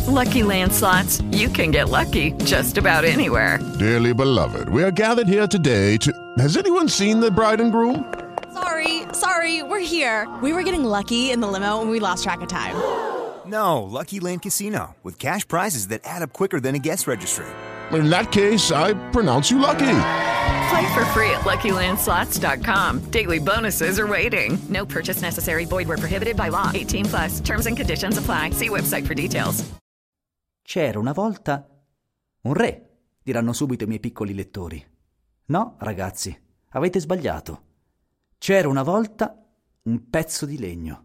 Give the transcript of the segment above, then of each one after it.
Lucky Land Slots, you can get lucky just about anywhere. Dearly beloved, we are gathered here today to... Has anyone seen the bride and groom? Sorry, we're here. We were getting lucky in the limo and we lost track of time. No, Lucky Land Casino, with cash prizes that add up quicker than a guest registry. In that case, I pronounce you lucky. Play for free at LuckyLandSlots.com. Daily bonuses are waiting. No purchase necessary. Void where prohibited by law. 18+. Terms and conditions apply. See website for details. C'era una volta un re, diranno subito i miei piccoli lettori. No, ragazzi, avete sbagliato. C'era una volta un pezzo di legno.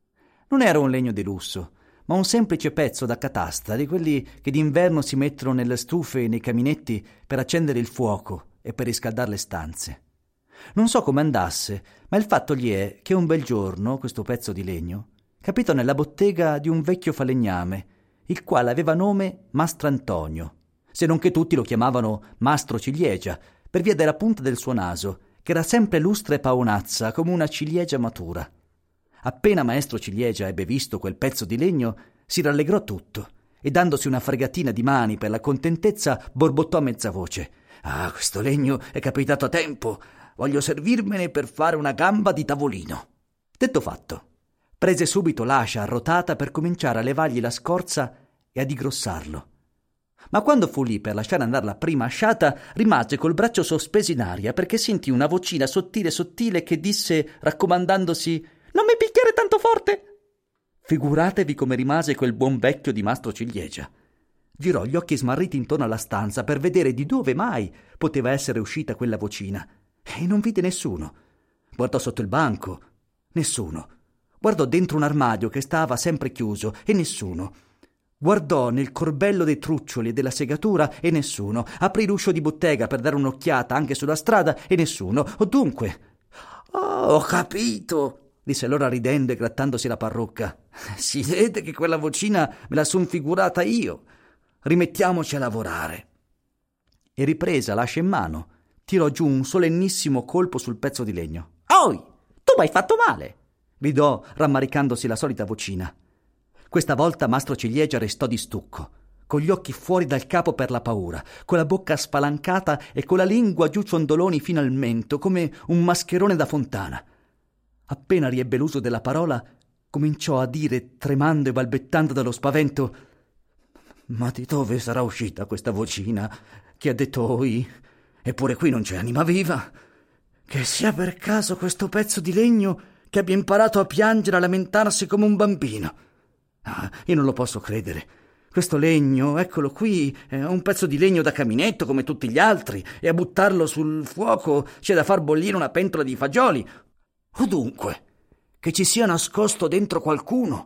Non era un legno di lusso, ma un semplice pezzo da catasta, di quelli che d'inverno si mettono nelle stufe e nei caminetti per accendere il fuoco e per riscaldare le stanze. Non so come andasse, ma il fatto gli è che un bel giorno questo pezzo di legno capitò nella bottega di un vecchio falegname, il quale aveva nome Mastro Antonio, se non che tutti lo chiamavano Mastro Ciliegia, per via della punta del suo naso, che era sempre lustra e paonazza come una ciliegia matura. Appena maestro Ciliegia ebbe visto quel pezzo di legno, si rallegrò tutto e dandosi una fregatina di mani per la contentezza borbottò a mezza voce: «Ah, questo legno è capitato a tempo, voglio servirmene per fare una gamba di tavolino». Detto fatto, prese subito l'ascia arrotata per cominciare a levargli la scorza e a digrossarlo. Ma quando fu lì per lasciare andare la prima asciata, rimase col braccio sospeso in aria perché sentì una vocina sottile che disse, raccomandandosi: «Non mi picchiare tanto forte!» Figuratevi come rimase quel buon vecchio di Mastro Ciliegia. Girò gli occhi smarriti intorno alla stanza per vedere di dove mai poteva essere uscita quella vocina e non vide nessuno. Guardò sotto il banco, nessuno. Guardò dentro un armadio che stava sempre chiuso e nessuno. Guardò nel corbello dei truccioli e della segatura e nessuno. Aprì l'uscio di bottega per dare un'occhiata anche sulla strada e nessuno. O dunque... «Oh, ho capito!» disse allora ridendo e grattandosi la parrucca. «Si vede che quella vocina me la son figurata io. Rimettiamoci a lavorare». E ripresa l'ascia in mano, tirò giù un solennissimo colpo sul pezzo di legno. «Oi, tu m'hai fatto male!» gridò rammaricandosi la solita vocina. Questa volta Mastro Ciliegia restò di stucco, con gli occhi fuori dal capo per la paura, con la bocca spalancata e con la lingua giù ciondoloni fino al mento, come un mascherone da fontana. Appena riebbe l'uso della parola, cominciò a dire, tremando e balbettando dallo spavento: «Ma di dove sarà uscita questa vocina che ha detto oi? Eppure qui non c'è anima viva. Che sia per caso questo pezzo di legno che abbia imparato a piangere, a lamentarsi come un bambino. Ah, io non lo posso credere. Questo legno, eccolo qui, è un pezzo di legno da caminetto come tutti gli altri, e a buttarlo sul fuoco c'è da far bollire una pentola di fagioli. O dunque, che ci sia nascosto dentro qualcuno.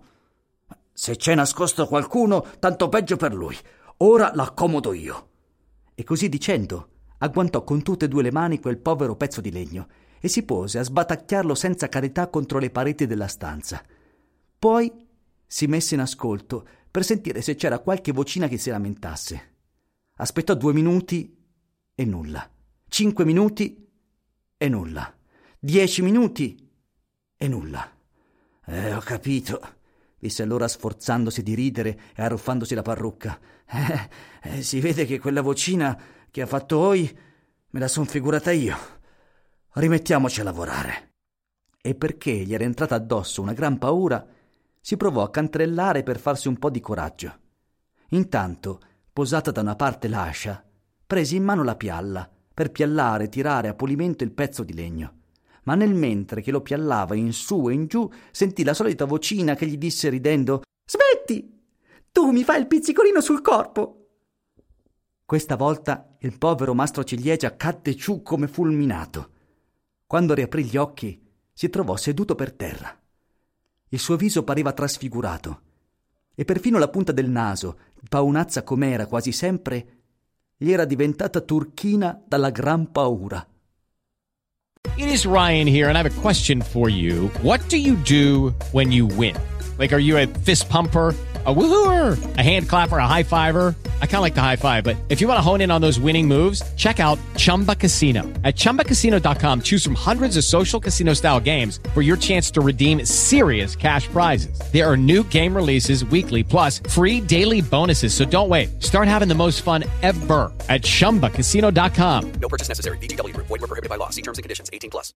Se c'è nascosto qualcuno, tanto peggio per lui. Ora l'accomodo io». E così dicendo, agguantò con tutte e due le mani quel povero pezzo di legno e si pose a sbatacchiarlo senza carità contro le pareti della stanza. Poi si messe in ascolto per sentire se c'era qualche vocina che si lamentasse. Aspettò 2 minuti e nulla. 5 minuti e nulla. 10 minuti e nulla. Ho capito», disse allora sforzandosi di ridere e arruffandosi la parrucca. Si vede che quella vocina che ha fatto oi me la son figurata io. Rimettiamoci a lavorare». E perché gli era entrata addosso una gran paura, si provò a canterellare per farsi un po' di coraggio. Intanto, posata da una parte l'ascia, prese in mano la pialla per piallare e tirare a pulimento il pezzo di legno. Ma nel mentre che lo piallava in su e in giù, sentì la solita vocina che gli disse ridendo: «Smetti! Tu mi fai il pizzicolino sul corpo!» Questa volta il povero Mastro Ciliegia cadde giù come fulminato. Quando riaprì gli occhi, si trovò seduto per terra. Il suo viso pareva trasfigurato e perfino la punta del naso, paonazza com'era quasi sempre, gli era diventata turchina dalla gran paura. It is Ryan here, and I have a question for you. What do you do when you win? Like, are you a fist pumper, a woo-hooer, a hand clapper, a high fiver? I kind of like the high five, but if you want to hone in on those winning moves, check out Chumba Casino. At ChumbaCasino.com, choose from hundreds of social casino style games for your chance to redeem serious cash prizes. There are new game releases weekly, plus free daily bonuses. So don't wait. Start having the most fun ever at ChumbaCasino.com. No purchase necessary. VGW Group. Void where prohibited by law. See terms and conditions. 18+.